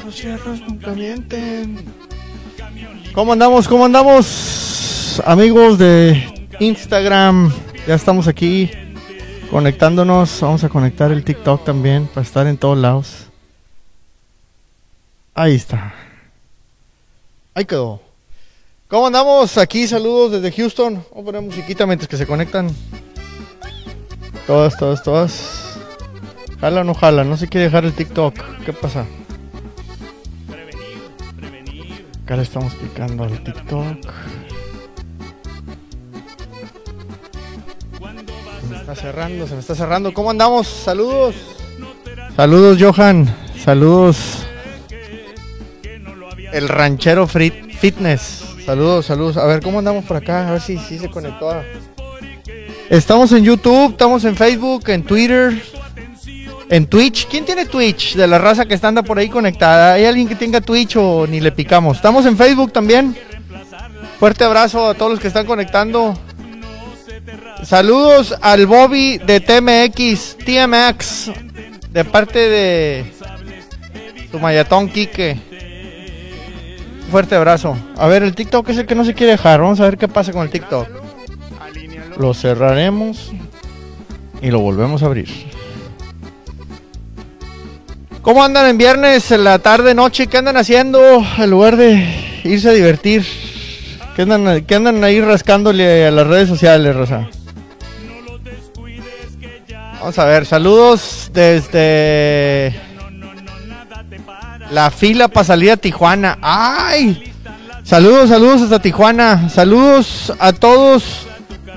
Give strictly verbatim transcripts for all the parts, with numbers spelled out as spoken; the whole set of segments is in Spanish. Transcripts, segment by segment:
Los fierros nunca mienten. ¿Cómo andamos? ¿Cómo andamos? Amigos de Instagram, ya estamos aquí conectándonos. Vamos a conectar el TikTok también para estar en todos lados. Ahí está. Ahí quedó. ¿Cómo andamos? Aquí saludos desde Houston. Vamos a poner musiquita mientras que se conectan. Todas, todas, todas. Jala o no jala, no se quiere dejar el TikTok. ¿Qué pasa? Acá le estamos picando al TikTok. Se me está cerrando, se me está cerrando. ¿Cómo andamos? Saludos. Saludos, Johan. Saludos. El ranchero fitness. Saludos, saludos. A ver, ¿cómo andamos por acá? A ver si, si se conectó. A... Estamos en YouTube, estamos en Facebook, en Twitter, en Twitch. ¿Quién tiene Twitch de la raza que está anda por ahí conectada? ¿Hay alguien que tenga Twitch o ni le picamos? Estamos en Facebook también. Fuerte abrazo a todos los que están conectando. Saludos al Bobby de T M X, T M X, de parte de su mayatón Quique. Fuerte abrazo. A ver, el TikTok es el que no se quiere dejar. Vamos a ver qué pasa con el TikTok. Lo cerraremos y lo volvemos a abrir. ¿Cómo andan en viernes, en la tarde, noche? ¿Qué andan haciendo en lugar de irse a divertir? ¿Qué andan, qué andan ahí rascándole a las redes sociales, Rosa? Vamos a ver, saludos desde la fila para salir a Tijuana. ¡Ay! Saludos, saludos hasta Tijuana. Saludos a todos.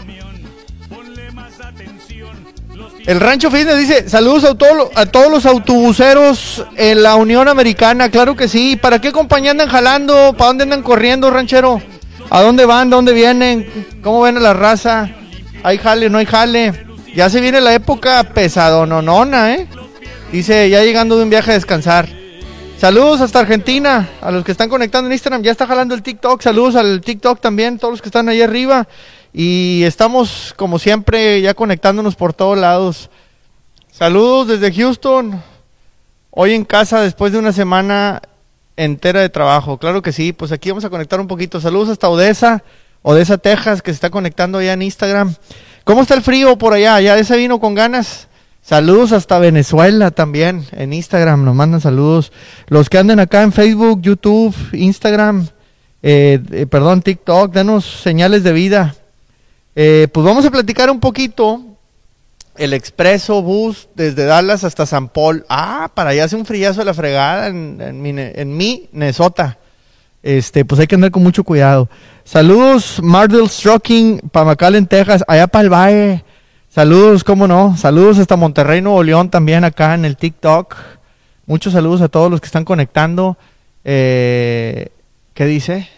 El Rancho Fitness dice, saludos a, todo, a todos los autobuseros en la Unión Americana. Claro que sí. ¿Para qué compañía andan jalando? ¿Para dónde andan corriendo, ranchero? ¿A dónde van? ¿Dónde vienen? ¿Cómo ven a la raza? ¿Hay jale? ¿No hay jale? Ya se viene la época pesadononona, ¿eh? Dice, ya llegando de un viaje a descansar. Saludos hasta Argentina. A los que están conectando en Instagram, ya está jalando el TikTok. Saludos al TikTok también, todos los que están ahí arriba. Y estamos, como siempre, ya conectándonos por todos lados. Saludos desde Houston. Hoy en casa, después de una semana entera de trabajo. Claro que sí, pues aquí vamos a conectar un poquito. Saludos hasta Odessa, Odessa, Texas, que se está conectando allá en Instagram. ¿Cómo está el frío por allá? ¿Ya se vino con ganas? Saludos hasta Venezuela también, en Instagram, nos mandan saludos. Los que anden acá en Facebook, YouTube, Instagram, eh, eh, perdón, TikTok, denos señales de vida. Eh, pues vamos a platicar un poquito el expreso bus desde Dallas hasta San Paul. Ah, para allá hace un frillazo de la fregada en, en, mi, en mi Minnesota. Este, pues hay que andar con mucho cuidado. Saludos, Mardell Trucking, para McAllen, Texas, allá para el Valle. Saludos, cómo no. Saludos hasta Monterrey, Nuevo León, también acá en el TikTok. Muchos saludos a todos los que están conectando. Eh, ¿Qué dice?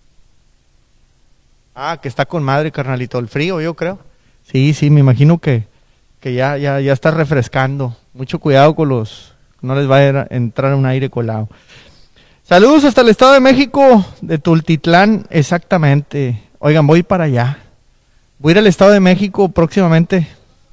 Ah, que está con madre, carnalito. El frío, yo creo. Sí, sí, me imagino que, que ya, ya, ya está refrescando. Mucho cuidado con los... No les va a entrar un aire colado. Saludos hasta el Estado de México, de Tultitlán, exactamente. Oigan, voy para allá. Voy a ir al Estado de México próximamente.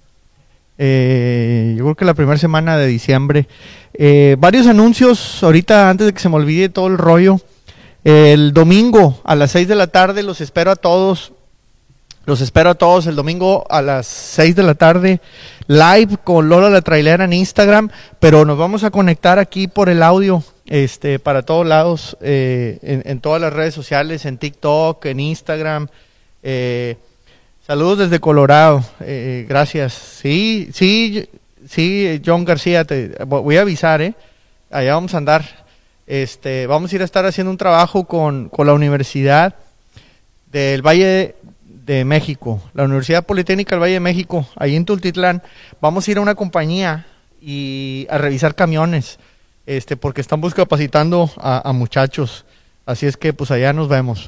Eh, yo creo que la primera semana de diciembre. Eh, varios anuncios, ahorita antes de que se me olvide todo el rollo. El domingo a las seis de la tarde los espero a todos. Los espero a todos el domingo a las seis de la tarde. Live con Lola la Trailera en Instagram. Pero nos vamos a conectar aquí por el audio. Este, para todos lados. Eh, en, en todas las redes sociales. En TikTok, en Instagram. Eh, saludos desde Colorado. Eh, gracias. Sí, sí, sí, John García. Te voy a avisar, ¿eh? Allá vamos a andar. Este, vamos a ir a estar haciendo un trabajo con, con la Universidad del Valle de México, la Universidad Politécnica del Valle de México, ahí en Tultitlán. Vamos a ir a una compañía y a revisar camiones, este, porque estamos capacitando a, a muchachos. Así es que pues allá nos vemos.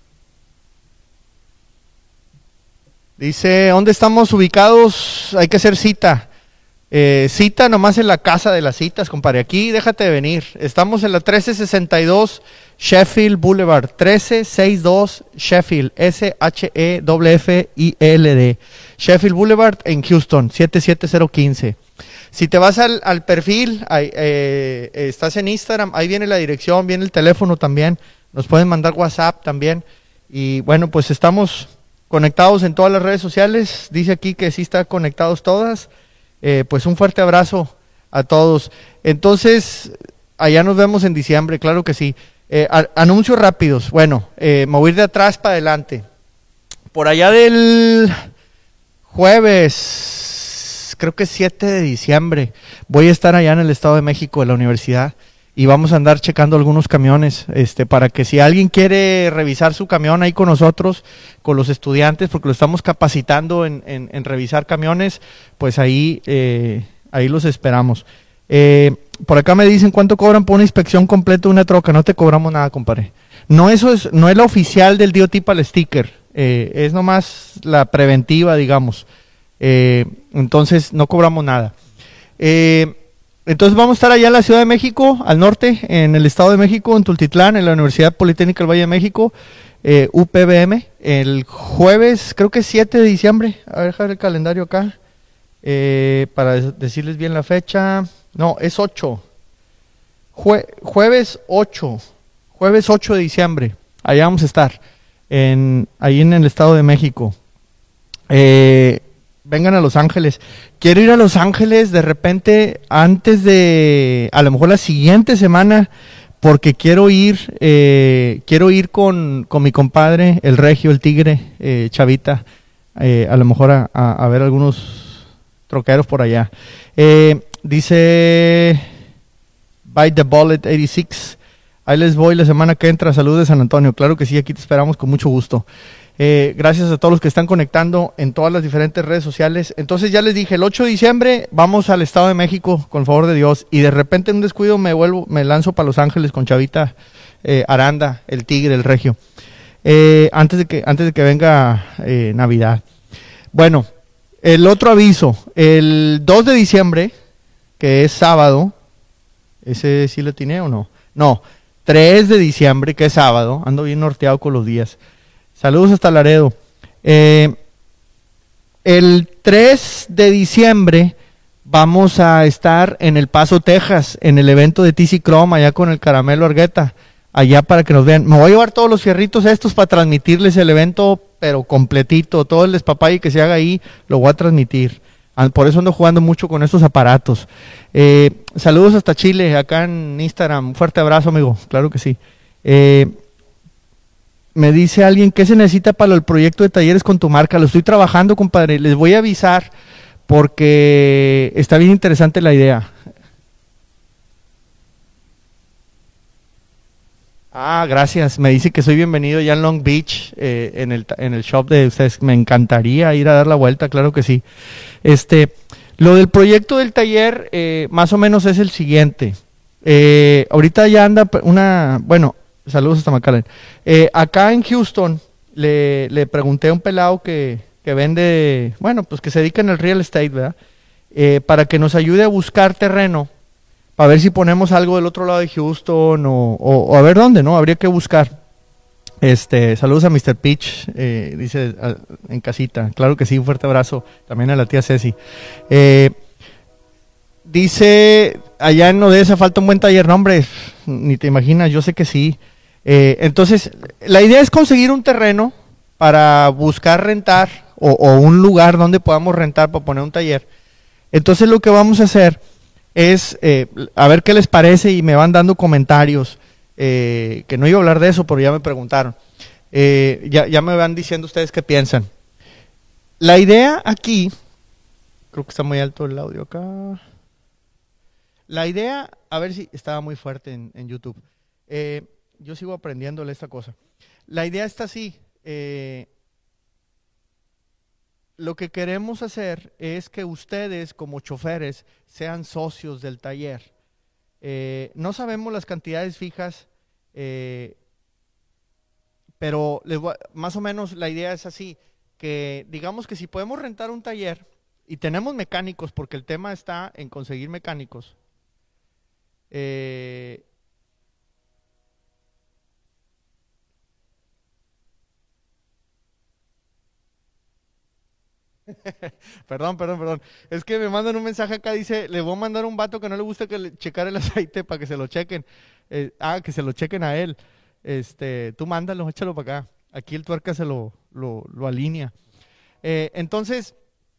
Dice, ¿dónde estamos ubicados? Hay que hacer cita. Eh, cita nomás en la casa de las citas, compadre. Aquí déjate de venir. Estamos en la trece sesenta y dos Sheffield Boulevard. trece sesenta y dos Sheffield. S H E F F I L D. Sheffield Boulevard en Houston. siete siete cero uno cinco. Si te vas al, al perfil, ahí, eh, estás en Instagram, ahí viene la dirección, viene el teléfono también, nos pueden mandar WhatsApp también. Y bueno, pues estamos conectados en todas las redes sociales, dice aquí que sí está conectados todas. Eh, pues un fuerte abrazo a todos. Entonces, allá nos vemos en diciembre, claro que sí. Eh, a, anuncios rápidos, bueno, eh, me voy a ir de atrás para adelante. Por allá del jueves, creo que siete de diciembre, voy a estar allá en el Estado de México, en la universidad, y vamos a andar checando algunos camiones, este, para que si alguien quiere revisar su camión ahí con nosotros, con los estudiantes, porque lo estamos capacitando en, en, en revisar camiones, pues ahí, eh, ahí los esperamos. Eh, por acá me dicen cuánto cobran por una inspección completa de una troca. No te cobramos nada, compadre. No, eso es, no es la oficial del D O T para el sticker, eh, es nomás la preventiva, digamos. Eh, entonces no cobramos nada. Eh, entonces vamos a estar allá en la Ciudad de México, al norte, en el Estado de México, en Tultitlán, en la Universidad Politécnica del Valle de México, eh, U P B M, el jueves, creo que siete de diciembre. A ver, dejar el calendario acá, eh, para decirles bien la fecha. No, es ocho. Jue jueves ocho. Jueves ocho de diciembre. Allá vamos a estar. En, ahí en el Estado de México. Eh, vengan a Los Ángeles. Quiero ir a Los Ángeles de repente antes de, a lo mejor la siguiente semana, porque quiero ir, eh, quiero ir con, con mi compadre, el Regio, el Tigre, eh, Chavita, eh, a lo mejor a, a, a ver algunos troqueros por allá. Eh, dice Bite the Bullet ochenta y seis. Ahí les voy la semana que entra. Saludos de San Antonio. Claro que sí, aquí te esperamos con mucho gusto. Eh, gracias a todos los que están conectando en todas las diferentes redes sociales. Entonces ya les dije, el ocho de diciembre vamos al Estado de México, con el favor de Dios. Y de repente en un descuido me vuelvo, me lanzo para Los Ángeles con Chavita, eh, Aranda, el Tigre, el Regio. Eh, antes de que, antes de que venga eh, Navidad. Bueno, el otro aviso, el dos de diciembre, que es sábado, ¿ese sí lo tiene o no? No, tres de diciembre, que es sábado, ando bien norteado con los días. Saludos hasta Laredo. Eh, el tres de diciembre vamos a estar en El Paso, Texas, en el evento de T C Chrome, allá con el Caramelo Argueta, allá para que nos vean. Me voy a llevar todos los fierritos estos para transmitirles el evento, pero completito, todo el despapalle que se haga ahí, lo voy a transmitir. Por eso ando jugando mucho con estos aparatos. Eh, saludos hasta Chile, acá en Instagram. Un fuerte abrazo, amigo. Claro que sí. Eh, me dice alguien, ¿qué se necesita para el proyecto de talleres con tu marca? Lo estoy trabajando, compadre. Les voy a avisar porque está bien interesante la idea. Ah, gracias. Me dice que soy bienvenido ya en Long Beach, eh, en, el, en el shop de ustedes. Me encantaría ir a dar la vuelta, claro que sí. Este, lo del proyecto del taller, eh, más o menos es el siguiente. Eh, ahorita ya anda una, bueno, saludos hasta McAllen. Eh, acá en Houston le, le pregunté a un pelado que, que vende, bueno, pues que se dedica en el real estate, ¿verdad? Eh, para que nos ayude a buscar terreno, para ver si ponemos algo del otro lado de Houston o, o, o a ver dónde, ¿no? Habría que buscar. Este, saludos a mister Peach, eh, dice a, en casita. Claro que sí, un fuerte abrazo también a la tía Ceci. Eh, dice, allá en Odessa falta un buen taller. No, hombre, ni te imaginas, yo sé que sí. Eh, entonces, la idea es conseguir un terreno para buscar rentar o, o un lugar donde podamos rentar para poner un taller. Entonces, lo que vamos a hacer es, eh, a ver qué les parece y me van dando comentarios. Eh, que no iba a hablar de eso, pero ya me preguntaron. Eh, ya, ya me van diciendo ustedes qué piensan. La idea aquí, creo que está muy alto el audio acá. La idea, a ver si estaba muy fuerte en, en YouTube. Eh, yo sigo aprendiéndole esta cosa. La idea está así. Eh, lo que queremos hacer es que ustedes, como choferes, sean socios del taller. Eh, no sabemos las cantidades fijas, eh, pero les voy a, más o menos la idea es así, que digamos que si podemos rentar un taller y tenemos mecánicos, porque el tema está en conseguir mecánicos, eh, Perdón, perdón, perdón. Es que me mandan un mensaje acá, dice, le voy a mandar a un vato que no le gusta que le checar el aceite para que se lo chequen. Eh, ah, que se lo chequen a él. Este, tú mándalo, échalo para acá. Aquí el tuerca se lo, lo, lo alinea. Eh, entonces,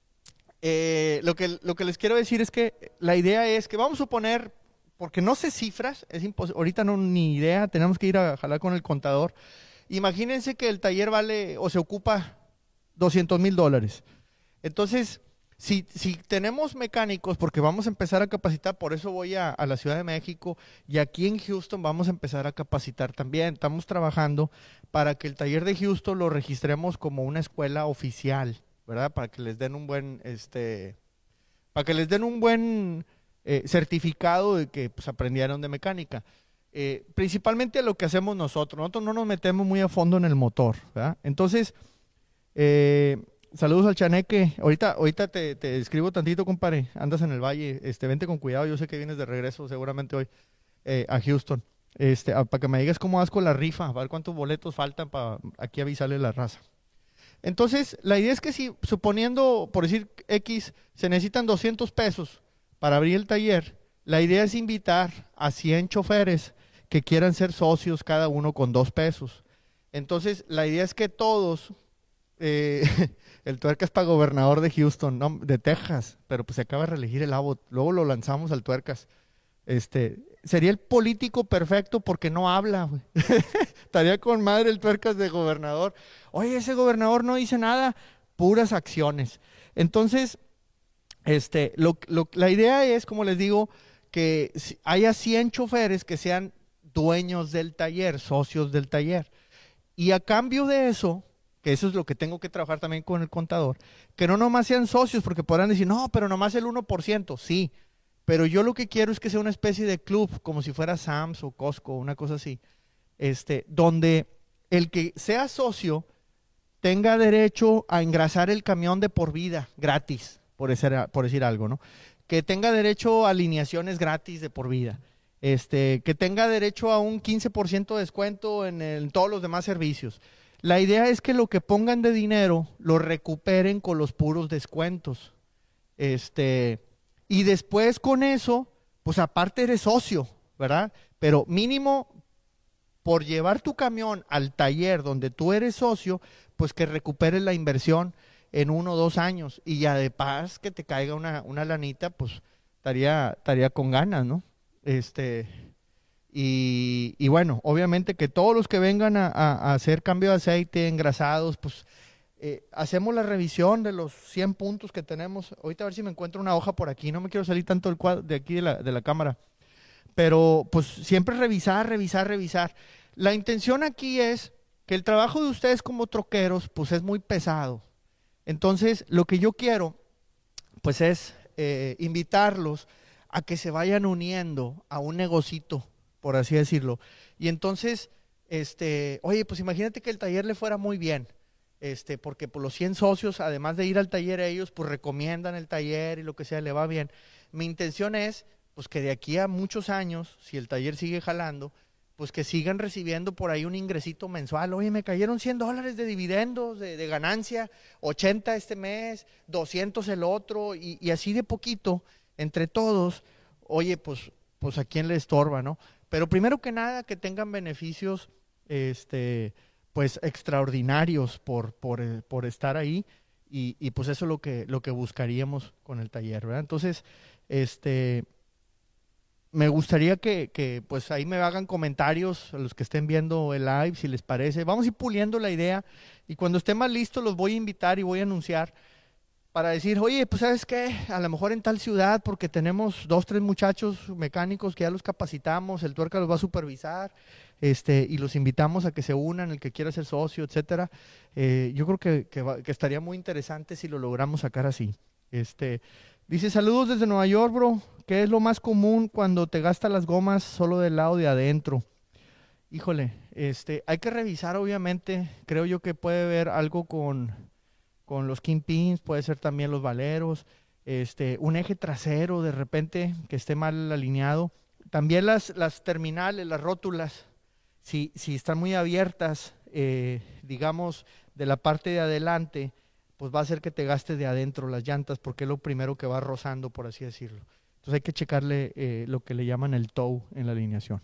eh, lo, que, lo que les quiero decir es que la idea es que vamos a suponer, porque no sé cifras, es imposible, ahorita no ni idea, tenemos que ir a jalar con el contador. Imagínense que el taller vale o se ocupa doscientos mil dólares. Entonces, si, si tenemos mecánicos, porque vamos a empezar a capacitar, por eso voy a, a la Ciudad de México y aquí en Houston vamos a empezar a capacitar también. Estamos trabajando para que el taller de Houston lo registremos como una escuela oficial, ¿verdad? Para que les den un buen, este, para que les den un buen eh, certificado de que pues, aprendieron de mecánica. Eh, principalmente lo que hacemos nosotros. Nosotros no nos metemos muy a fondo en el motor, ¿verdad? Entonces, eh, saludos al Chaneque. Ahorita, ahorita te, te escribo tantito, compadre. Andas en el valle, este, vente con cuidado. Yo sé que vienes de regreso seguramente hoy eh, a Houston. Este, para que me digas cómo vas con la rifa, a ver cuántos boletos faltan para aquí avisarle la raza. Entonces, la idea es que si, suponiendo, por decir X, se necesitan doscientos pesos para abrir el taller, la idea es invitar a cien choferes que quieran ser socios, cada uno con dos pesos. Entonces, la idea es que todos, eh, el tuerca es para gobernador de Houston, no, de Texas, pero pues se acaba de reelegir el Abbott, luego lo lanzamos al tuercas. Este, sería el político perfecto porque no habla, güey. Estaría con madre el tuercas de gobernador. Oye, ese gobernador no dice nada, puras acciones. Entonces, este, lo, lo, la idea es, como les digo, que haya cien choferes que sean dueños del taller, socios del taller. Y a cambio de eso, que eso es lo que tengo que trabajar también con el contador, que no nomás sean socios, porque podrán decir, no, pero nomás el uno por ciento, sí. Pero yo lo que quiero es que sea una especie de club, como si fuera Sam's o Costco, una cosa así, este, donde el que sea socio tenga derecho a engrasar el camión de por vida, gratis, por decir, por decir algo, ¿no? Que tenga derecho a alineaciones gratis de por vida, este, que tenga derecho a un quince por ciento de descuento en, el, en todos los demás servicios. La idea es que lo que pongan de dinero lo recuperen con los puros descuentos. Este, y después con eso, pues aparte eres socio, ¿verdad? Pero mínimo por llevar tu camión al taller donde tú eres socio, pues que recuperes la inversión en uno o dos años, y ya de paz que te caiga una, una lanita, pues estaría, estaría con ganas, ¿no? Este, y, y bueno, obviamente que todos los que vengan a, a, a hacer cambio de aceite, engrasados, pues eh, hacemos la revisión de los cien puntos que tenemos. Ahorita a ver si me encuentro una hoja por aquí, no me quiero salir tanto del cuadro, de aquí de la, de la cámara, pero pues siempre revisar, revisar, revisar. La intención aquí es que el trabajo de ustedes como troqueros, pues es muy pesado. Entonces, lo que yo quiero, pues es eh, invitarlos a que se vayan uniendo a un negocito, por así decirlo. Y entonces, este, oye, pues imagínate que el taller le fuera muy bien, este, porque por los cien socios, además de ir al taller ellos, pues recomiendan el taller y lo que sea, le va bien. Mi intención es, pues que de aquí a muchos años, si el taller sigue jalando, pues que sigan recibiendo por ahí un ingresito mensual. Oye, me cayeron cien dólares de dividendos, de, de ganancia, ochenta este mes, doscientos el otro, y, y así de poquito, entre todos, oye, pues, pues a quién le estorba, ¿no? Pero primero que nada, que tengan beneficios, este, pues extraordinarios por, por, por estar ahí, y, y pues eso es lo que, lo que buscaríamos con el taller, ¿verdad? Entonces, este... me gustaría que, que pues ahí me hagan comentarios a los que estén viendo el live, si les parece. Vamos a ir puliendo la idea y cuando esté más listo los voy a invitar y voy a anunciar para decir, oye, pues ¿sabes qué? A lo mejor en tal ciudad, porque tenemos dos, tres muchachos mecánicos que ya los capacitamos, el tuerca los va a supervisar, este, y los invitamos a que se unan, el que quiera ser socio, etcétera. Eh, yo creo que, que, va, que estaría muy interesante si lo logramos sacar así. Este... Dice, saludos desde Nueva York, bro. ¿Qué es lo más común cuando te gastas las gomas solo del lado de adentro? Híjole, este, hay que revisar, obviamente. Creo yo que puede haber algo con, con los kingpins, puede ser también los valeros, este, un eje trasero de repente que esté mal alineado. También las, las terminales, las rótulas, si, si están muy abiertas, eh, digamos, de la parte de adelante, pues va a hacer que te gastes de adentro las llantas, porque es lo primero que va rozando, por así decirlo. Entonces hay que checarle eh, lo que le llaman el toe en la alineación.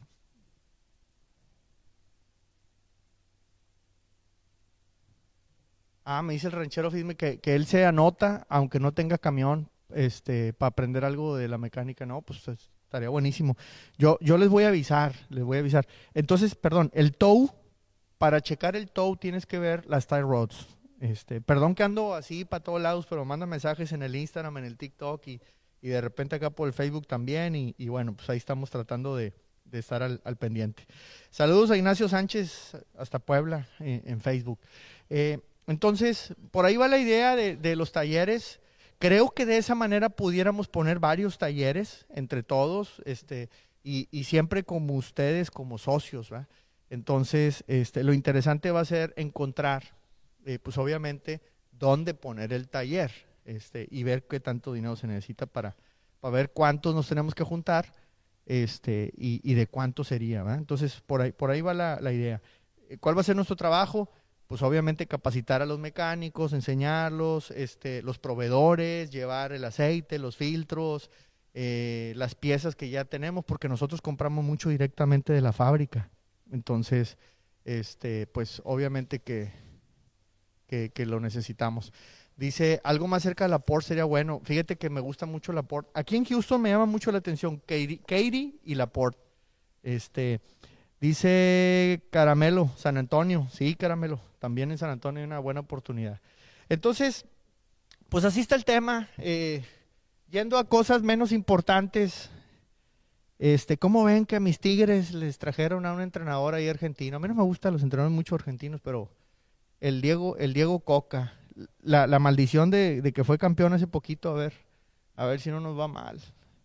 Ah, me dice el ranchero Fisme que, que él se anota, aunque no tenga camión, este, para aprender algo de la mecánica. No, pues es- estaría buenísimo. Yo, yo les voy a avisar, les voy a avisar. Entonces, perdón, el toe, para checar el toe tienes que ver las tie rods. Este, perdón que ando así para todos lados, pero manda mensajes en el Instagram, en el TikTok y, y de repente acá por el Facebook también. Y, y bueno, pues ahí estamos tratando de, de estar al, al pendiente. Saludos a Ignacio Sánchez, hasta Puebla, eh, en Facebook. Eh, entonces, por ahí va la idea de, de los talleres. Creo que de esa manera pudiéramos poner varios talleres entre todos, este, y, y siempre como ustedes, como socios, ¿verdad? Entonces, este, lo interesante va a ser encontrar, eh, pues obviamente, dónde poner el taller, este, y ver qué tanto dinero se necesita para, para ver cuántos nos tenemos que juntar, este, y, y de cuánto sería, ¿verdad? Entonces, por ahí, por ahí va la, la idea. Eh, ¿Cuál va a ser nuestro trabajo? Pues obviamente capacitar a los mecánicos, enseñarlos, este, los proveedores, llevar el aceite, los filtros, eh, las piezas que ya tenemos, porque nosotros compramos mucho directamente de la fábrica. Entonces, este, pues obviamente que, que, que lo necesitamos. Dice, algo más cerca de la Port sería bueno. Fíjate que me gusta mucho la Port. Aquí en Houston me llama mucho la atención Katy, Katy y la Port. Este, dice Caramelo, San Antonio. Sí, Caramelo, también en San Antonio hay una buena oportunidad. Entonces, pues así está el tema. Eh, yendo a cosas menos importantes, este, ¿cómo ven que a mis Tigres les trajeron a un entrenador ahí argentino? A mí no me gustan los entrenadores mucho argentinos, pero el Diego, el Diego Coca, la, la maldición de, de que fue campeón hace poquito, a ver, a ver si no nos va mal.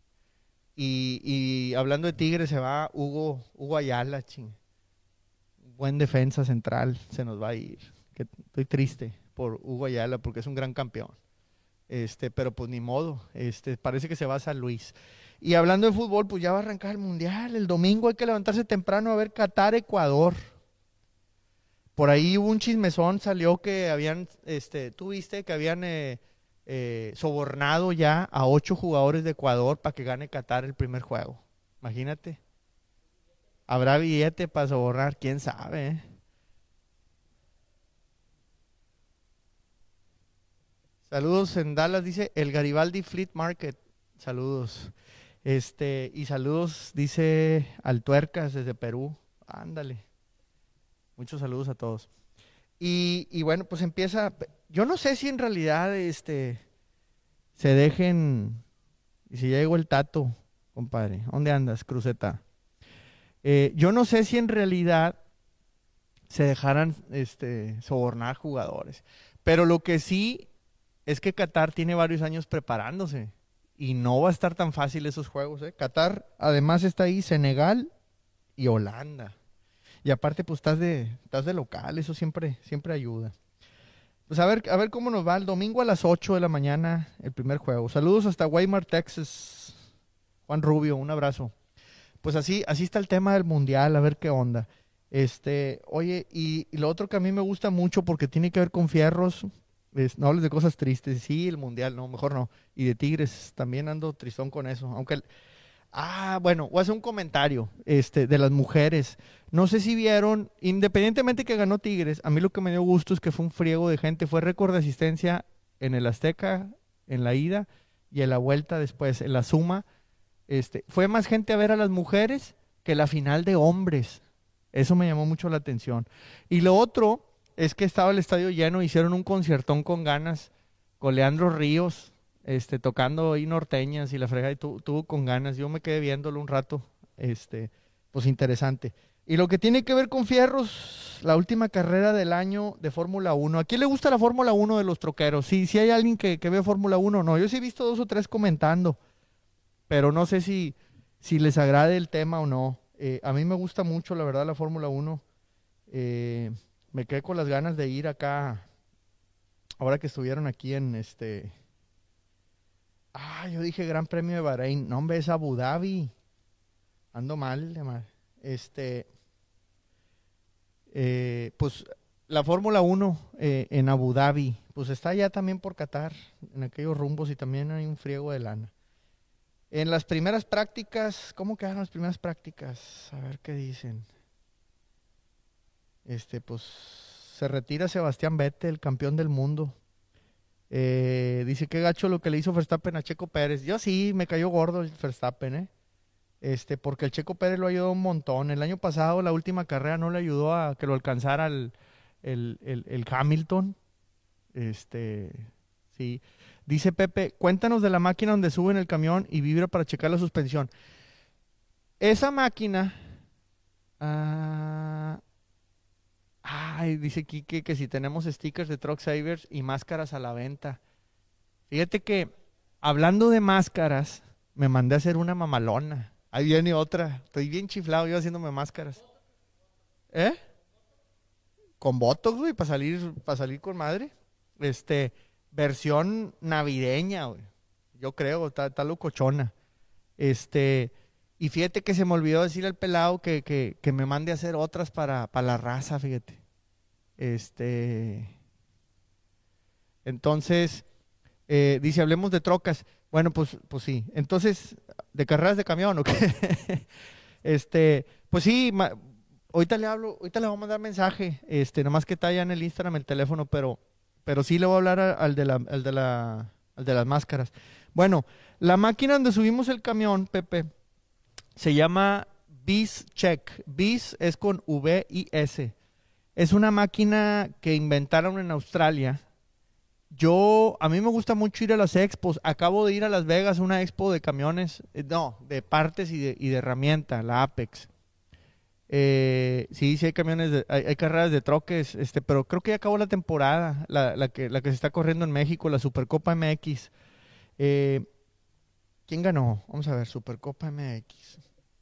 Y, y hablando de Tigres, se va Hugo, Hugo Ayala, ching. Buen defensa central, se nos va a ir. Que, estoy triste por Hugo Ayala porque es un gran campeón. Este, pero pues ni modo, este, parece que se va a San Luis. Y hablando de fútbol, pues ya va a arrancar el Mundial. El domingo hay que levantarse temprano a ver Qatar-Ecuador. Por ahí hubo un chismezón, salió que habían, este, tú viste que habían eh, eh, sobornado ya a ocho jugadores de Ecuador para que gane Qatar el primer juego. Imagínate. ¿Habrá billete para sobornar? ¿Quién sabe? ¿Eh? Saludos en Dallas, dice el Garibaldi Fleet Market. Saludos. Este, y saludos, dice Altuercas desde Perú. Ándale. Muchos saludos a todos. Y, y bueno, pues empieza. Yo no sé si en realidad este se dejen. Y si ya llegó el Tato, compadre. ¿Dónde andas, Cruceta? Eh, yo no sé si en realidad se dejaran este, sobornar jugadores. Pero lo que sí es que Qatar tiene varios años preparándose. Y no va a estar tan fácil esos juegos, ¿eh? Qatar, además, está ahí Senegal y Holanda. Y aparte, pues estás de, estás de local, eso siempre, siempre ayuda. Pues a ver, a ver cómo nos va el domingo a las ocho de la mañana, el primer juego. Saludos hasta Weimar, Texas. Juan Rubio, un abrazo. Pues así, así está el tema del mundial, a ver qué onda. Este, oye, y, y lo otro que a mí me gusta mucho porque tiene que ver con fierros, es, no hables de cosas tristes, sí, el mundial, no, mejor no. Y de Tigres, también ando tristón con eso. Aunque, el- ah, bueno, voy a hacer un comentario, este, de las mujeres. No sé si vieron, independientemente que ganó Tigres, a mí lo que me dio gusto es que fue un friego de gente, fue récord de asistencia en el Azteca, en la ida y en la vuelta después, en la suma. Este, fue más gente a ver a las mujeres que la final de hombres. Eso me llamó mucho la atención. Y lo otro es que estaba el estadio lleno, hicieron un conciertón con ganas, con Leandro Ríos, este, tocando ahí norteñas y la fregada, y tu- tuvo con ganas. Yo me quedé viéndolo un rato, este, pues interesante. Y lo que tiene que ver con fierros, la última carrera del año de Fórmula Uno. ¿A quién le gusta la Fórmula Uno de los troqueros? Sí, si hay alguien que, que ve Fórmula Uno, no. Yo sí he visto dos o tres comentando, pero no sé si, si les agrade el tema o no. Eh, a mí me gusta mucho, la verdad, la Fórmula Uno. Eh, me quedé con las ganas de ir acá, ahora que estuvieron aquí en este... Ah, yo dije Gran Premio de Bahrein. No, hombre, es Abu Dhabi. Ando mal, de mal. Este, eh, pues la Fórmula Uno eh, en Abu Dhabi. pues está allá también por Qatar, en aquellos rumbos, y también hay un friego de lana. En las primeras prácticas, ¿cómo quedaron las primeras prácticas? A ver qué dicen. Este, pues se retira Sebastián Vettel, el campeón del mundo. Eh, dice que gacho lo que le hizo Verstappen a Checo Pérez. Yo sí, me cayó gordo el Verstappen, ¿eh? Este, porque el Checo Pérez lo ayudó un montón. El año pasado, la última carrera, no le ayudó a que lo alcanzara el, el, el, el Hamilton. Este, sí. Dice Pepe, cuéntanos de la máquina donde suben el camión y vibra para checar la suspensión. Esa máquina... Ah, ay, dice Kike que si tenemos stickers de Truck Savers y máscaras a la venta. Fíjate que, hablando de máscaras, me mandé a hacer una mamalona. Ahí viene otra. Estoy bien chiflado yo haciéndome máscaras. ¿Eh? Con Botox, güey, para salir, para salir con madre. Este, versión navideña, güey. Yo creo, está, está locochona. Este, y fíjate que se me olvidó decir al pelado que, que, que me mande a hacer otras para, para la raza, fíjate. Este, entonces, eh, dice, hablemos de trocas. Bueno, pues, pues sí. Entonces, ¿de carreras de camión o qué? este, pues sí, ma, ahorita le hablo, ahorita le voy a mandar mensaje, este, nomás que está allá en el Instagram el teléfono, pero, pero sí le voy a hablar a, al de la, al de la, al de las máscaras. Bueno, la máquina donde subimos el camión, Pepe, se llama Bis Check. Bis es con V I S. Es una máquina que inventaron en Australia. Yo, a mí me gusta mucho ir a las expos. Acabo de ir a Las Vegas, una expo de camiones, eh, no, de partes y de, y de herramienta, la Apex. Eh, sí, sí hay camiones, de, hay, hay carreras de troques, este, pero creo que ya acabó la temporada, la, la, que, la que se está corriendo en México, la Supercopa M X. Eh, ¿Quién ganó? Vamos a ver, Supercopa M X.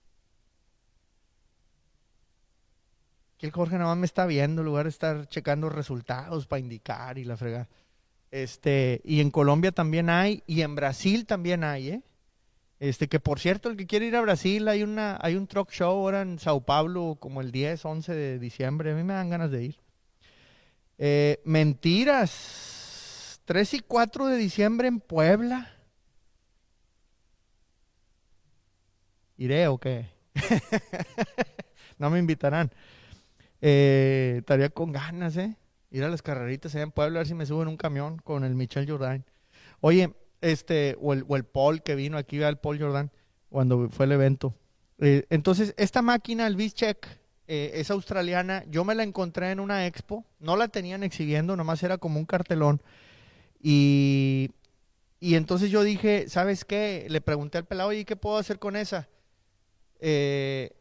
Aquí el Jorge nada más me está viendo, en lugar de estar checando resultados para indicar y la fregada. Este, y en Colombia también hay, y en Brasil también hay, ¿eh? Este, que por cierto, el que quiere ir a Brasil, hay una, hay un truck show ahora en Sao Paulo, como el diez, once de diciembre. A mí me dan ganas de ir. Eh, mentiras. tres y cuatro de diciembre en Puebla. ¿Iré o qué? No me invitarán. Eh, estaría con ganas, ¿eh? Ir a las carreritas allá en Puebla, a ver si me subo en un camión con el Michel Jourdain. Oye, este, o el, o el Paul que vino aquí, al Paul Jourdain, cuando fue el evento. Eh, entonces, esta máquina, el BizCheck, eh, es australiana. Yo me la encontré en una expo. No la tenían exhibiendo, nomás era como un cartelón. Y, y entonces yo dije, ¿sabes qué? Le pregunté al pelado, oye, ¿qué puedo hacer con esa? Eh...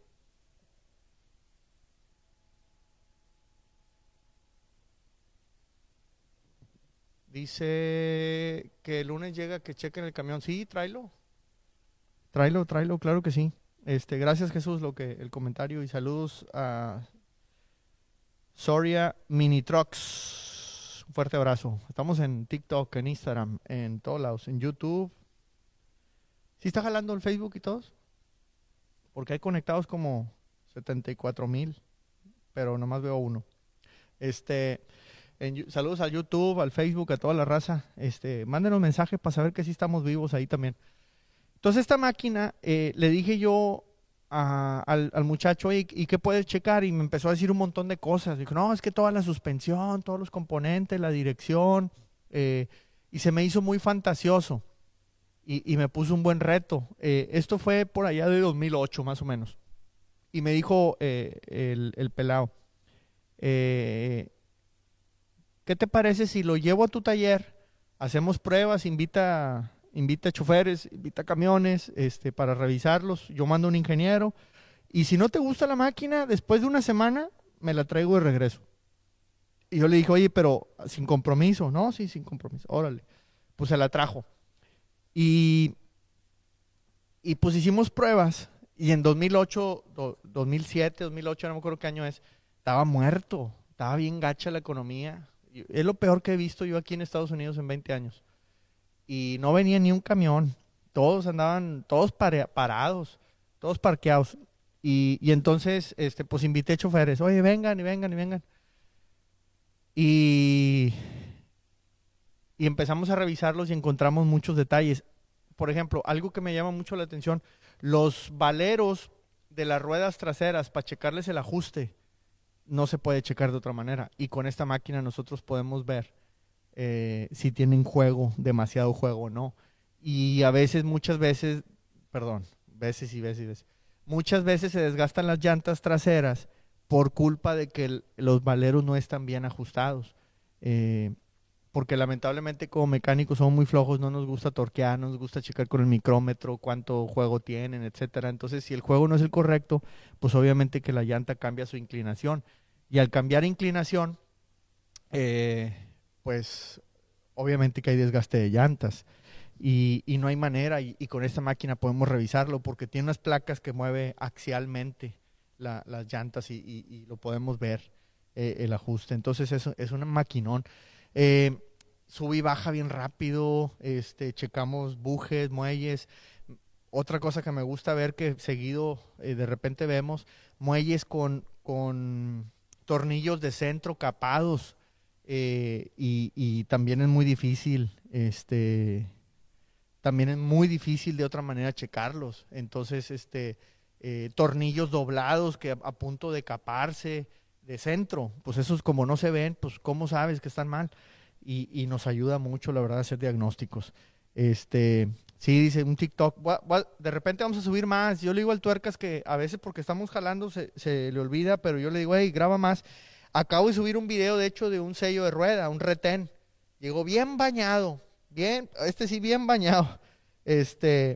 Dice que el lunes llega que chequen el camión. Sí, tráelo. Tráelo, tráelo, claro que sí. Este, gracias Jesús, lo que el comentario y saludos a Soria Mini Trucks. Un fuerte abrazo. Estamos en TikTok, en Instagram, en todos lados, en YouTube. ¿Sí está jalando el Facebook y todos? Porque hay conectados como setenta y cuatro mil, pero nomás veo uno. Este, en, saludos al YouTube, al Facebook, a toda la raza. Este, mándenos mensajes para saber que sí estamos vivos ahí también. Entonces esta máquina, eh, le dije yo a, al, al muchacho, ¿y, ¿y qué puedes checar? Y me empezó a decir un montón de cosas. Dijo, no, es que toda la suspensión, todos los componentes, la dirección, eh, y se me hizo muy fantasioso. Y, y me puso un buen reto. Eh, esto fue por allá de dos mil ocho más o menos. Y me dijo eh, el, el pelado, eh, ¿qué te parece si lo llevo a tu taller? Hacemos pruebas, invita, invita choferes, invita camiones este, para revisarlos. Yo mando un ingeniero. Y si no te gusta la máquina, después de una semana me la traigo de regreso. Y yo le dije, oye, pero sin compromiso. No, sí, sin compromiso. Órale. Pues se la trajo. Y, y pues hicimos pruebas. Y en dos mil ocho, do, dos mil siete, dos mil ocho, no me acuerdo qué año es, estaba muerto. Estaba bien gacha la economía. Es lo peor que he visto yo aquí en Estados Unidos en veinte años. Y no venía ni un camión. Todos andaban, todos pare, parados, todos parqueados. Y, y entonces, este, pues invité choferes. Oye, vengan y vengan y vengan. Y, y empezamos a revisarlos y encontramos muchos detalles. Por ejemplo, algo que me llama mucho la atención, los valeros de las ruedas traseras para checarles el ajuste no se puede checar de otra manera, y con esta máquina nosotros podemos ver eh, si tienen juego, demasiado juego o no. Y a veces, muchas veces, perdón, veces y veces y veces, muchas veces se desgastan las llantas traseras por culpa de que el, los valeros no están bien ajustados. Eh, porque lamentablemente como mecánicos somos muy flojos, no nos gusta torquear, no nos gusta checar con el micrómetro cuánto juego tienen, etcétera. Entonces, si el juego no es el correcto, pues obviamente que la llanta cambia su inclinación. Y al cambiar inclinación, eh, pues obviamente que hay desgaste de llantas. Y, y no hay manera, y, y con esta máquina podemos revisarlo, porque tiene unas placas que mueve axialmente la, las llantas y, y, y lo podemos ver, eh, el ajuste. Entonces es, es un maquinón. Eh, sube y baja bien rápido, este, checamos bujes, muelles. Otra cosa que me gusta ver, que seguido eh, de repente vemos muelles con, con tornillos de centro capados, eh, y, y también es muy difícil, este, también es muy difícil de otra manera checarlos. Entonces, este, eh, tornillos doblados que a, a punto de caparse de centro, pues esos como no se ven, pues cómo sabes que están mal, y, y nos ayuda mucho, la verdad, a hacer diagnósticos. Este, sí, dice un TikTok, de repente vamos a subir más. Yo le digo al Tuercas que a veces porque estamos jalando se, se le olvida, pero yo le digo, hey, graba más. Acabo de subir un video, de hecho, de un sello de rueda, un retén. Llegó bien bañado, bien, este sí, bien bañado. Este,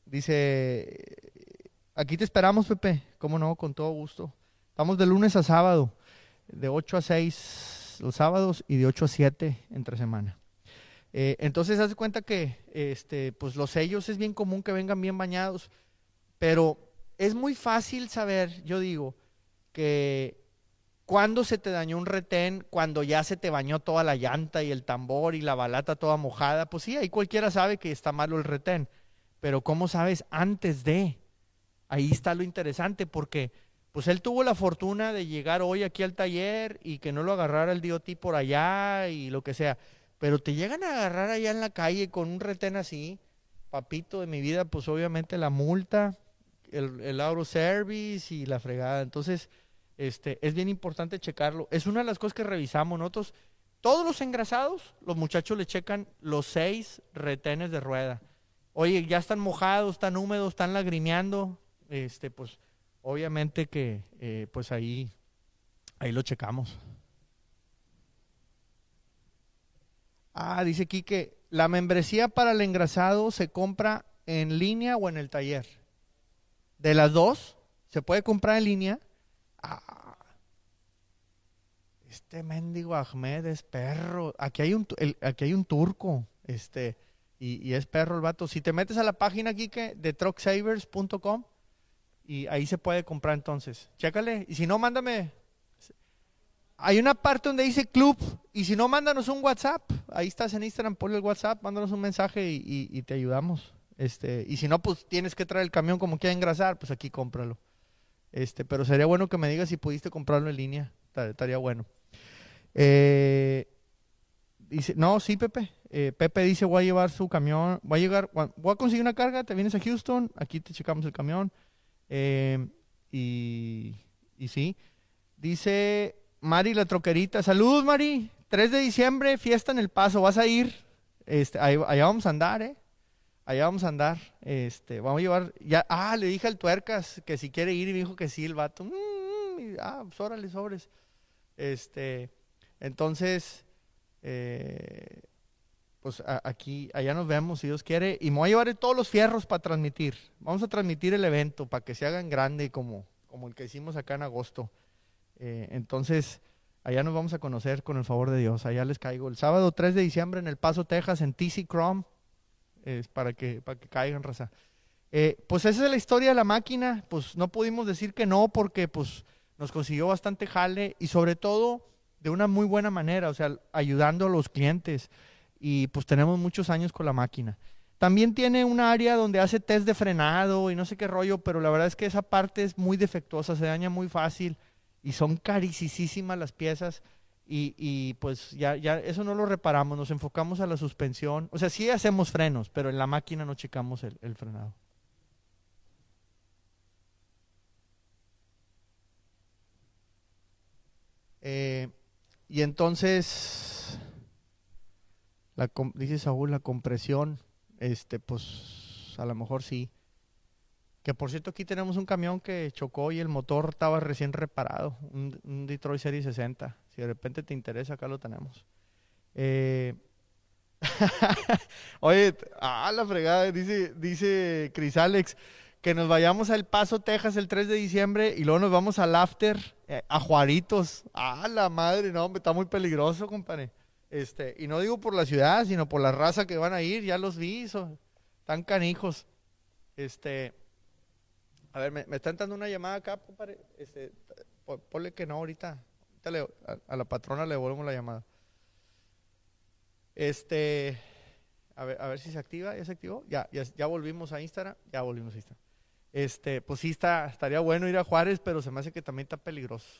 dice, aquí te esperamos, Pepe. Cómo no, con todo gusto. Estamos de lunes a sábado, de ocho a seis los sábados y de ocho a siete entre semana. Eh, entonces, haz de cuenta que este, pues los sellos es bien común que vengan bien bañados, pero es muy fácil saber, yo digo, que cuando se te dañó un retén, cuando ya se te bañó toda la llanta y el tambor y la balata toda mojada. Pues sí, ahí cualquiera sabe que está malo el retén, pero ¿cómo sabes antes de? Ahí está lo interesante, porque pues él tuvo la fortuna de llegar hoy aquí al taller y que no lo agarrara el D O T por allá y lo que sea. Pero te llegan a agarrar allá en la calle con un retén así, papito de mi vida, pues obviamente la multa, el, el auto service y la fregada. Entonces, este, es bien importante checarlo. Es una de las cosas que revisamos nosotros. Todos los engrasados, los muchachos le checan los seis retenes de rueda. Oye, ya están mojados, están húmedos, están lagrimeando, este, pues obviamente que eh, pues ahí, ahí lo checamos. Ah, dice aquí que la membresía para el engrasado se compra en línea o en el taller. De las dos, se puede comprar en línea. Ah, este mendigo Ahmed es perro. Aquí hay un, el, aquí hay un turco, este, y, y es perro el vato. Si te metes a la página aquí que de truck savers punto com, y ahí se puede comprar entonces. Chécale, y si no, mándame. Hay una parte donde dice club, y si no, mándanos un WhatsApp. Ahí estás en Instagram, ponle el WhatsApp, mándanos un mensaje y, y, y te ayudamos. Este, y si no, pues tienes que traer el camión como quiera engrasar, pues aquí cómpralo. Este, pero sería bueno que me digas si pudiste comprarlo en línea. Estaría bueno. Eh, dice, no, sí, Pepe. Eh, Pepe dice, voy a llevar su camión, voy a llegar, voy a conseguir una carga, te vienes a Houston, aquí te checamos el camión. Eh, y, y sí. Dice Mari la troquerita, saludos Mari, tres de diciembre, fiesta en El Paso, ¿vas a ir? Este, ahí, allá vamos a andar, ¿eh? Allá vamos a andar, este, vamos a llevar, ya, ah, le dije al Tuercas que si quiere ir y me dijo que sí, el vato, mm, y, ah, pues órale, sobres, este, entonces, eh, pues a, aquí, allá nos vemos si Dios quiere, y me voy a llevar todos los fierros para transmitir, vamos a transmitir el evento para que se hagan grande como, como el que hicimos acá en agosto, eh, entonces, allá nos vamos a conocer con el favor de Dios, allá les caigo, el sábado tres de diciembre en El Paso, Texas, en T C Chrome, es para que, para que caigan, raza. Eh, pues esa es la historia de la máquina, pues no pudimos decir que no porque pues nos consiguió bastante jale y sobre todo de una muy buena manera, o sea, ayudando a los clientes y pues tenemos muchos años con la máquina. También tiene un área donde hace test de frenado y no sé qué rollo, pero la verdad es que esa parte es muy defectuosa, se daña muy fácil y son carísimas las piezas. Y, y pues ya, ya eso no lo reparamos, nos enfocamos a la suspensión. O sea, sí hacemos frenos, pero en la máquina no checamos el, el frenado. Eh, y entonces, la, dice Saúl, la compresión, este, pues a lo mejor sí. Que por cierto, aquí tenemos un camión que chocó y el motor estaba recién reparado, un, un Detroit Serie sesenta. Si de repente te interesa, acá lo tenemos. Eh... Oye, ah, la fregada, dice, dice Chris Alex, que nos vayamos a El Paso, Texas el tres de diciembre y luego nos vamos al after, eh, a Juaritos. Ah, la madre, no, hombre, está muy peligroso, compadre. Este, y no digo por la ciudad, sino por la raza que van a ir, ya los vi, son tan canijos. Este... A ver, me, me están dando una llamada acá, compadre. Este, ponle que no ahorita. ahorita le, a, a la patrona le devolvemos la llamada. Este, a ver, a ver si se activa. ¿Ya se activó? Ya, ya, ya volvimos a Instagram. Ya volvimos a Instagram. Este, pues sí está, estaría bueno ir a Juárez, pero se me hace que también está peligroso.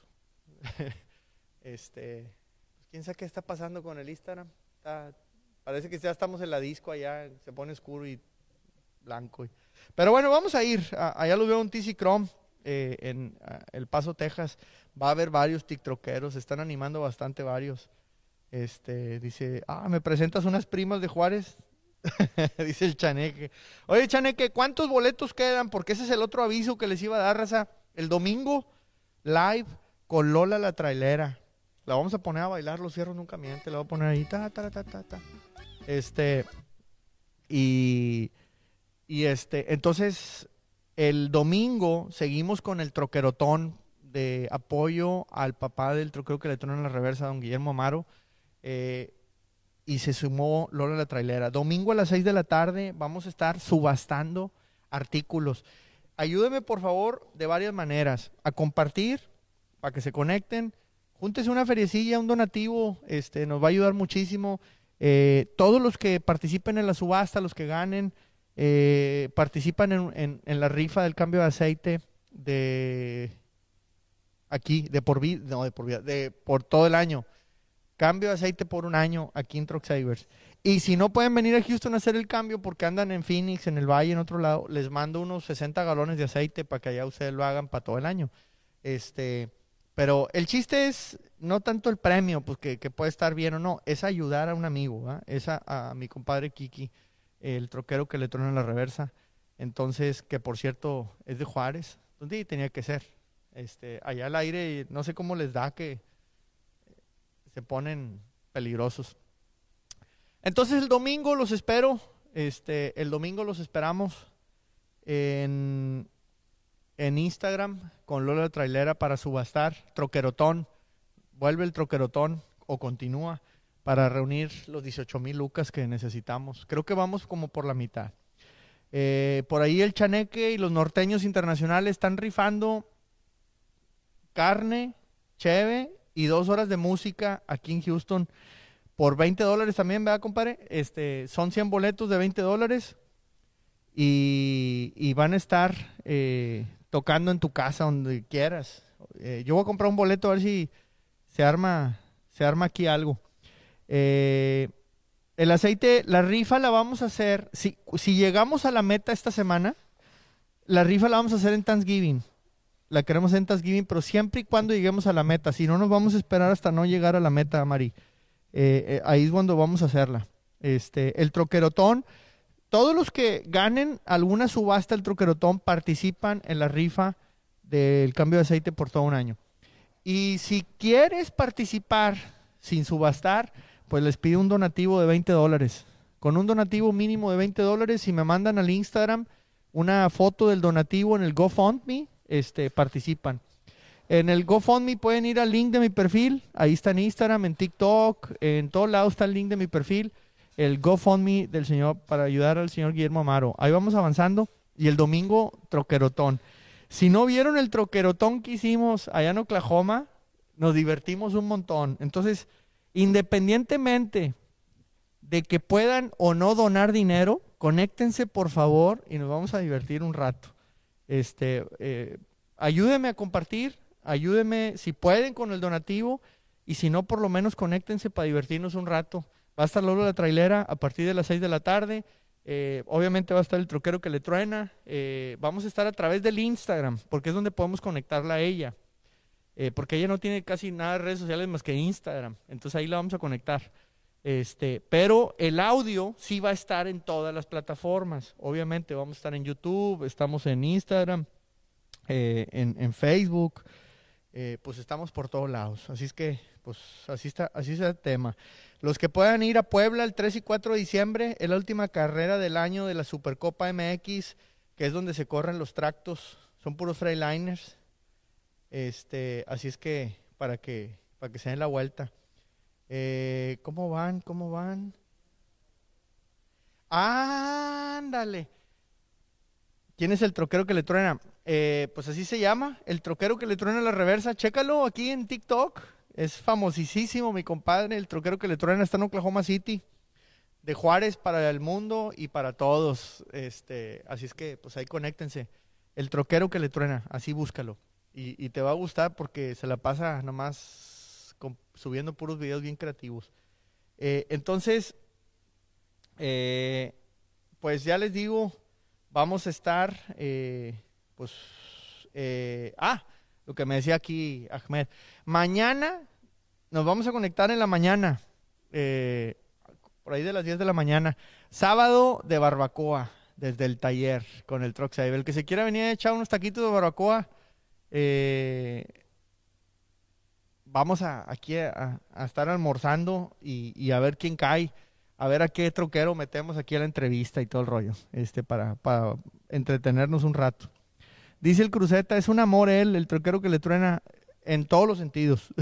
este, pues quién sabe qué está pasando con el Instagram. Está, parece que ya estamos en la disco allá, se pone oscuro y blanco. Y, pero bueno, vamos a ir. A, allá lo veo un T C Chrome eh, en a, El Paso, Texas. Va a haber varios tiktokeros, se están animando bastante varios. Este, dice, ah, ¿me presentas unas primas de Juárez? Dice el Chaneque. Oye, Chaneque, ¿cuántos boletos quedan? Porque ese es el otro aviso que les iba a dar, raza. El domingo, live con Lola la trailera. La vamos a poner a bailar, los cierros nunca mienten. La voy a poner ahí, ta, ta, ta, ta, ta. Este, y... Y este, entonces, el domingo seguimos con el troquerotón de apoyo al papá del troquero que le tronan la reversa, don Guillermo Amaro, eh, y se sumó Lola la trailera. Domingo a las seis de la tarde vamos a estar subastando artículos. Ayúdeme, por favor, de varias maneras, a compartir, para que se conecten, júntese una feriecilla, un donativo, este, nos va a ayudar muchísimo. Eh, todos los que participen en la subasta, los que ganen, Eh, participan en, en, en la rifa del cambio de aceite de aquí, de por vida, no, de por vida, de por todo el año. Cambio de aceite por un año aquí en Truck Savers. Y si no pueden venir a Houston a hacer el cambio porque andan en Phoenix, en el Valle, en otro lado, les mando unos sesenta galones de aceite para que allá ustedes lo hagan para todo el año. Este, pero el chiste es no tanto el premio, pues que, que puede estar bien o no, es ayudar a un amigo, ¿eh? Es a, a mi compadre Kiki, el troquero que le trona la reversa. Entonces, que por cierto es de Juárez, donde tenía que ser. Este, allá al aire, no sé cómo les da que se ponen peligrosos. Entonces el domingo los espero, este, el domingo los esperamos en, en Instagram con Lola Trailera para subastar, troquerotón, vuelve el troquerotón o continúa para reunir los dieciocho mil lucas que necesitamos. Creo que vamos como por la mitad. Eh, por ahí el Chaneque y los norteños internacionales están rifando carne, cheve y dos horas de música aquí en Houston por veinte dólares también, ¿verdad, compadre? Este, son cien boletos de veinte dólares y, y van a estar eh, tocando en tu casa, donde quieras. Eh, yo voy a comprar un boleto a ver si se arma, se arma aquí algo. Eh, el aceite, la rifa la vamos a hacer, si, si llegamos a la meta esta semana, la rifa la vamos a hacer en Thanksgiving. La queremos hacer en Thanksgiving, pero siempre y cuando lleguemos a la meta. Si no, nos vamos a esperar hasta no llegar a la meta, Mari. Eh, eh, ahí es cuando vamos a hacerla. Este, el troquerotón, todos los que ganen alguna subasta del troquerotón participan en la rifa del cambio de aceite por todo un año. Y si quieres participar sin subastar, pues les pido un donativo de veinte dólares. Con un donativo mínimo de veinte dólares, si me mandan al Instagram una foto del donativo en el GoFundMe, este, participan. En el GoFundMe pueden ir al link de mi perfil, ahí está en Instagram, en TikTok, en todos lados está el link de mi perfil, el GoFundMe del señor, para ayudar al señor Guillermo Amaro. Ahí vamos avanzando. Y el domingo, troquerotón. Si no vieron el troquerotón que hicimos allá en Oklahoma, nos divertimos un montón. Entonces, independientemente de que puedan o no donar dinero, conéctense por favor y nos vamos a divertir un rato. Este, eh, ayúdenme a compartir, ayúdenme si pueden con el donativo y si no, por lo menos conéctense para divertirnos un rato. Va a estar Lolo la Trailera a partir de las seis de la tarde. Eh, obviamente va a estar el Troquero que le truena. Eh, vamos a estar a través del Instagram, porque es donde podemos conectarla a ella. Eh, porque ella no tiene casi nada de redes sociales más que Instagram. Entonces ahí la vamos a conectar. Este, pero el audio sí va a estar en todas las plataformas. Obviamente vamos a estar en YouTube, estamos en Instagram, eh, en, en Facebook. Eh, pues estamos por todos lados, así es que pues así está, así está el tema. Los que puedan ir a Puebla el tres y cuatro de diciembre, es la última carrera del año de la Supercopa M X, que es donde se corren los tractos, son puros Freiliners, este, así es que para que, para que se den la vuelta. Eh, ¿cómo van? ¿Cómo van? Ándale. ¿Quién es el troquero que le truena? Eh, pues así se llama, el troquero que le truena la reversa. Chécalo aquí en TikTok. Es famosísimo, mi compadre. El troquero que le truena está en Oklahoma City. De Juárez para el mundo y para todos. Este, así es que, pues ahí conéctense. El troquero que le truena, así búscalo. Y, y te va a gustar porque se la pasa nomás con, subiendo puros videos bien creativos. Eh, entonces, eh, pues ya les digo... Vamos a estar, eh, pues, eh, ah, lo que me decía aquí Ahmed. Mañana nos vamos a conectar en la mañana, eh, por ahí de las diez de la mañana. Sábado de barbacoa, desde el taller, con el Truck Save. El que se quiera venir a echar unos taquitos de barbacoa, eh, vamos a, aquí a, a estar almorzando y, y a ver quién cae. A ver a qué troquero metemos aquí a la entrevista y todo el rollo, este, para, para entretenernos un rato. Dice el Cruceta, es un amor él, el troquero que le truena en todos los sentidos.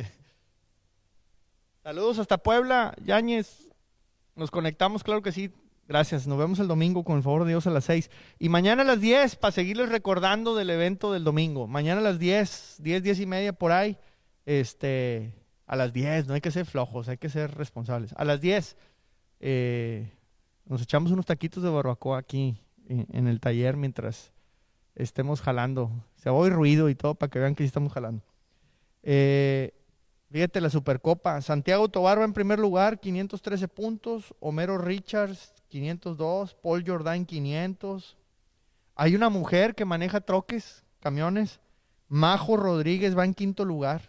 Saludos hasta Puebla, Yáñez. Nos conectamos, claro que sí. Gracias, nos vemos el domingo con el favor de Dios a las seis. Y mañana a las diez, para seguirles recordando del evento del domingo. Mañana a las diez, diez, diez y media por ahí. Este, a las diez, no hay que ser flojos, hay que ser responsables. A las diez. Eh, nos echamos unos taquitos de barbacoa aquí en, en el taller mientras estemos jalando. Se va a oír ruido y todo para que vean que sí estamos jalando. Eh, fíjate la Supercopa. Santiago Tobar va en primer lugar, quinientos trece puntos. Homero Richards, quinientos dos. Paul Jordan, quinientos. Hay una mujer que maneja troques, camiones. Majo Rodríguez va en quinto lugar.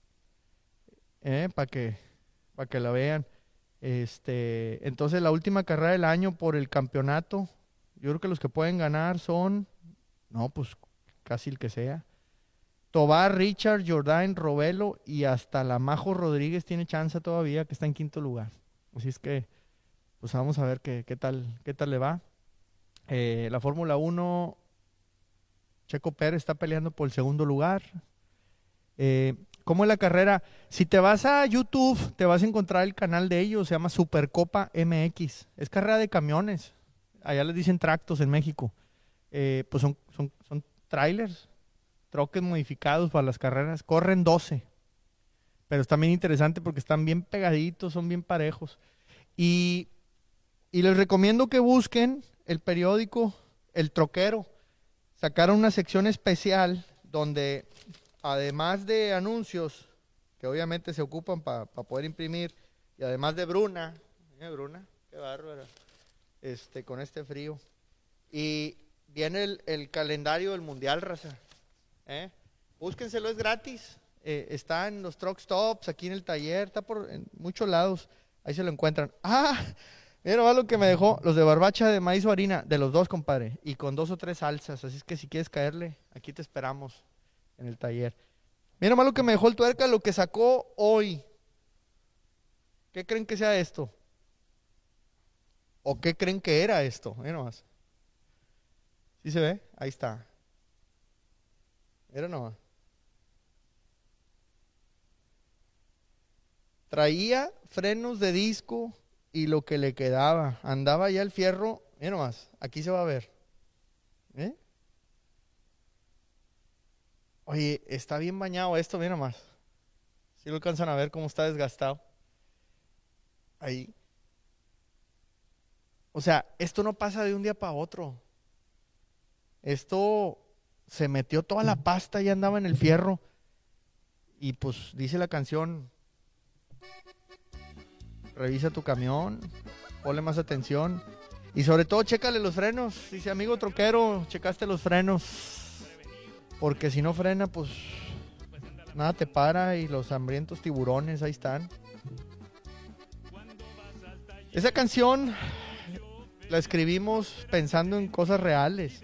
Eh, para que, para que la vean. Este, entonces la última carrera del año por el campeonato, yo creo que los que pueden ganar son, no, pues casi el que sea. Tobar, Richard, Jordan, Robelo y hasta la Majo Rodríguez tiene chance todavía, que está en quinto lugar. Así es que, pues vamos a ver qué, qué tal, qué tal le va. Eh, la Fórmula uno, Checo Pérez está peleando por el segundo lugar. Eh, ¿Cómo es la carrera? Si te vas a YouTube, te vas a encontrar el canal de ellos, se llama Supercopa M X. Es carrera de camiones. Allá les dicen tractos en México. Eh, pues son, son, son trailers, troques modificados para las carreras. Corren doce. Pero está bien interesante porque están bien pegaditos, son bien parejos. Y, y les recomiendo que busquen el periódico El Troquero. Sacaron una sección especial donde... además de anuncios, que obviamente se ocupan para pa poder imprimir, y además de Bruna, ¿eh, Bruna? Qué bárbara, este, con este frío. Y viene el, el calendario del Mundial, raza. ¿Eh? Búsquenselo, es gratis. Eh, está en los truck stops, aquí en el taller, está por en muchos lados. Ahí se lo encuentran. ¡Ah! Mira nomás lo que me dejó, los de barbacha de maíz o harina, de los dos, compadre, y con dos o tres salsas. Así es que si quieres caerle, aquí te esperamos. En el taller. Mira más lo que me dejó el Tuerca, lo que sacó hoy. ¿Qué creen que sea esto? ¿O qué creen que era esto? Mira nomás. ¿Sí se ve? Ahí está. Mira nomás. Traía frenos de disco y lo que le quedaba. Andaba ya el fierro. Mira nomás. Aquí se va a ver. ¿Eh? Oye, está bien bañado esto, mira más. Si lo alcanzan a ver cómo está desgastado. Ahí. O sea, esto no pasa de un día para otro. Esto se metió toda la pasta y andaba en el fierro. Y pues dice la canción, revisa tu camión, ponle más atención. Y sobre todo, chécale los frenos. Dice, amigo troquero, checaste los frenos. Porque si no frena, pues nada te para. Y los hambrientos tiburones, ahí están. Esa canción la escribimos pensando en cosas reales.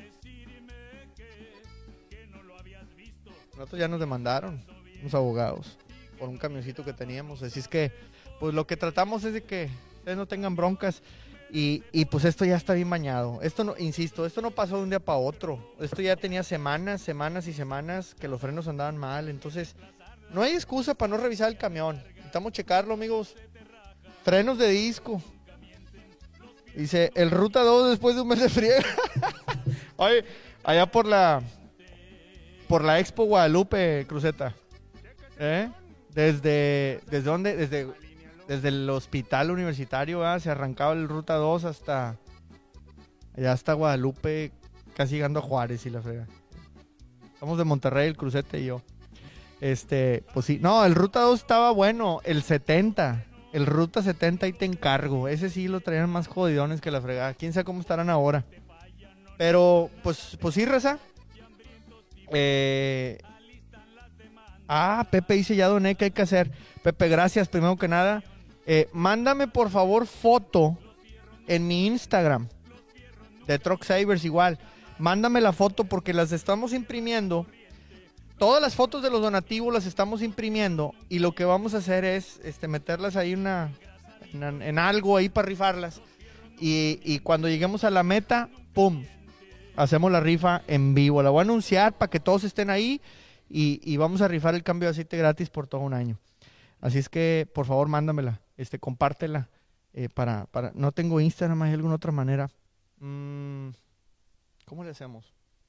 Nosotros ya nos demandaron, unos abogados, por un camioncito que teníamos. Así es que, pues lo que tratamos es de que ustedes no tengan broncas. Y, y pues esto ya está bien bañado. Esto no, insisto, esto no pasó de un día para otro. Esto ya tenía semanas, semanas y semanas que los frenos andaban mal. Entonces, no hay excusa para no revisar el camión. Necesitamos checarlo, amigos. Frenos de disco. Dice, el Ruta dos después de un mes de friega. Oye, allá por la por la Expo Guadalupe, Cruceta. ¿Eh? Desde, ¿desde dónde? Desde, desde el hospital universitario, ¿verdad? Se arrancaba el Ruta dos hasta allá hasta Guadalupe, casi llegando a Juárez y la frega. Estamos de Monterrey, el Cruceta y yo. Este, pues sí. No, el Ruta dos estaba bueno, el setenta. El Ruta setenta ahí te encargo. Ese sí lo traían más jodidones que la fregada. Quién sabe cómo estarán ahora. Pero, pues, pues sí, Reza. Eh... Ah, Pepe dice, ya doné, ¿qué hay que hacer? Pepe, gracias, primero que nada. Eh, mándame, por favor, foto en mi Instagram. De Truck Savers igual. Mándame la foto porque las estamos imprimiendo. Todas las fotos de los donativos las estamos imprimiendo y lo que vamos a hacer es este, meterlas ahí una, en, en algo ahí para rifarlas. Y, y cuando lleguemos a la meta, ¡pum! Hacemos la rifa en vivo. La voy a anunciar para que todos estén ahí y, y vamos a rifar el cambio de aceite gratis por todo un año. Así es que, por favor, mándamela, este, compártela. Eh, para, para, no tengo Instagram, ¿hay alguna otra manera? Mm, ¿Cómo le hacemos?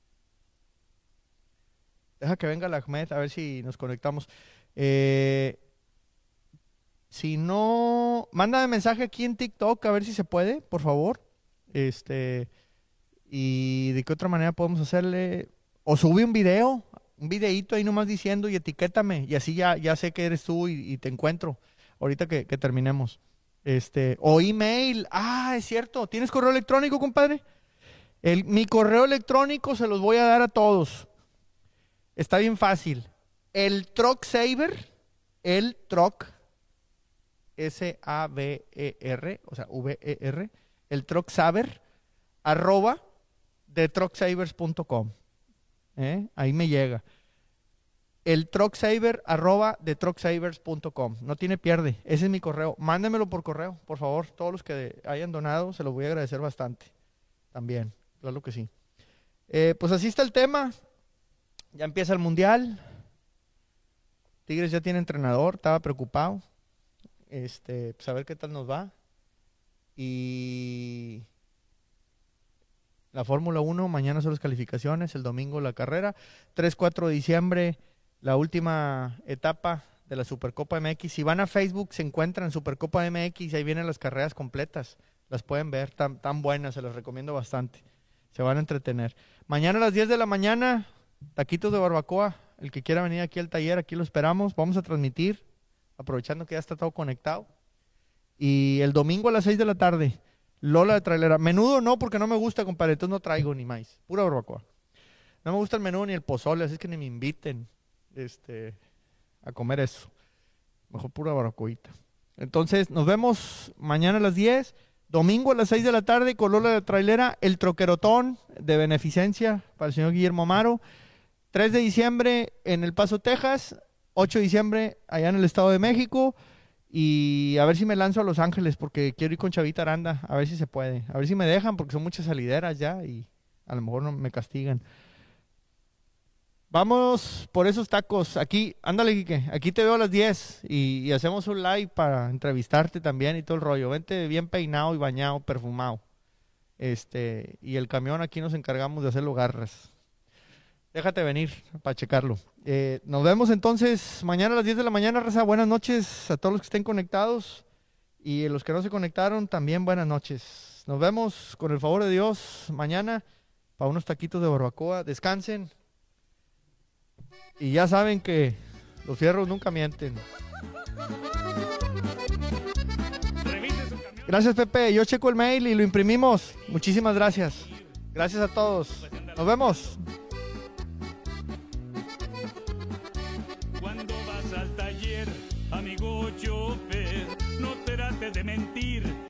Deja que venga la Ahmed, a ver si nos conectamos. Eh, si no, mándame mensaje aquí en TikTok, a ver si se puede, por favor. Este, y de qué otra manera podemos hacerle. O sube un video, un videíto ahí nomás diciendo y etiquétame. Y así ya, ya sé que eres tú y, y te encuentro ahorita que, que terminemos. Este, o email. Ah, es cierto. ¿Tienes correo electrónico, compadre? El, mi correo electrónico se los voy a dar a todos. Está bien fácil. El Truck Saver, el Truck, S A V E R, o sea, V E R, el Truck Saver, arroba, de truck savers punto com. ¿Eh? Ahí me llega. El Truck Saver, arroba, de truck savers punto com. No tiene pierde. Ese es mi correo. Mándemelo por correo, por favor. Todos los que hayan donado, se los voy a agradecer bastante. También, claro que sí. Eh, pues así está el tema. Ya empieza el mundial. Tigres ya tiene entrenador, estaba preocupado. Este, pues a ver qué tal nos va. Y la Fórmula uno, mañana son las calificaciones, el domingo la carrera. tres cuatro de diciembre, la última etapa de la Supercopa M X. Si van a Facebook, se encuentran Supercopa M X y ahí vienen las carreras completas. Las pueden ver, tan, tan buenas, se las recomiendo bastante. Se van a entretener. Mañana a las diez de la mañana, taquitos de barbacoa. El que quiera venir aquí al taller, aquí lo esperamos. Vamos a transmitir, aprovechando que ya está todo conectado. Y el domingo a las seis de la tarde, Lola de Trailera. Menudo no, porque no me gusta, compadre. Entonces no traigo ni maíz. Pura barbacoa. No me gusta el menudo ni el pozole, así es que ni me inviten este, a comer eso. Mejor pura barbacoita. Entonces nos vemos mañana a las diez. Domingo a las seis de la tarde con Lola de Trailera, el troquerotón de beneficencia para el señor Guillermo Amaro. tres de diciembre en El Paso, Texas. ocho de diciembre allá en el Estado de México. Y a ver si me lanzo a Los Ángeles porque quiero ir con Chavita Aranda. A ver si se puede. A ver si me dejan porque son muchas salideras ya y a lo mejor no me castigan. Vamos por esos tacos. Aquí, ándale, Quique. Aquí te veo a las diez y, y hacemos un live para entrevistarte también y todo el rollo. Vente bien peinado y bañado, perfumado. Este, y el camión aquí nos encargamos de hacerlo garras. Déjate venir para checarlo. Eh, nos vemos entonces mañana a las diez de la mañana, raza. Buenas noches a todos los que estén conectados. Y los que no se conectaron, también buenas noches. Nos vemos con el favor de Dios mañana para unos taquitos de barbacoa. Descansen. Y ya saben que los fierros nunca mienten. Gracias, Pepe. Yo checo el mail y lo imprimimos. Muchísimas gracias. Gracias a todos. Nos vemos. Cuando vas al taller, amigo chofer, no trates de mentir.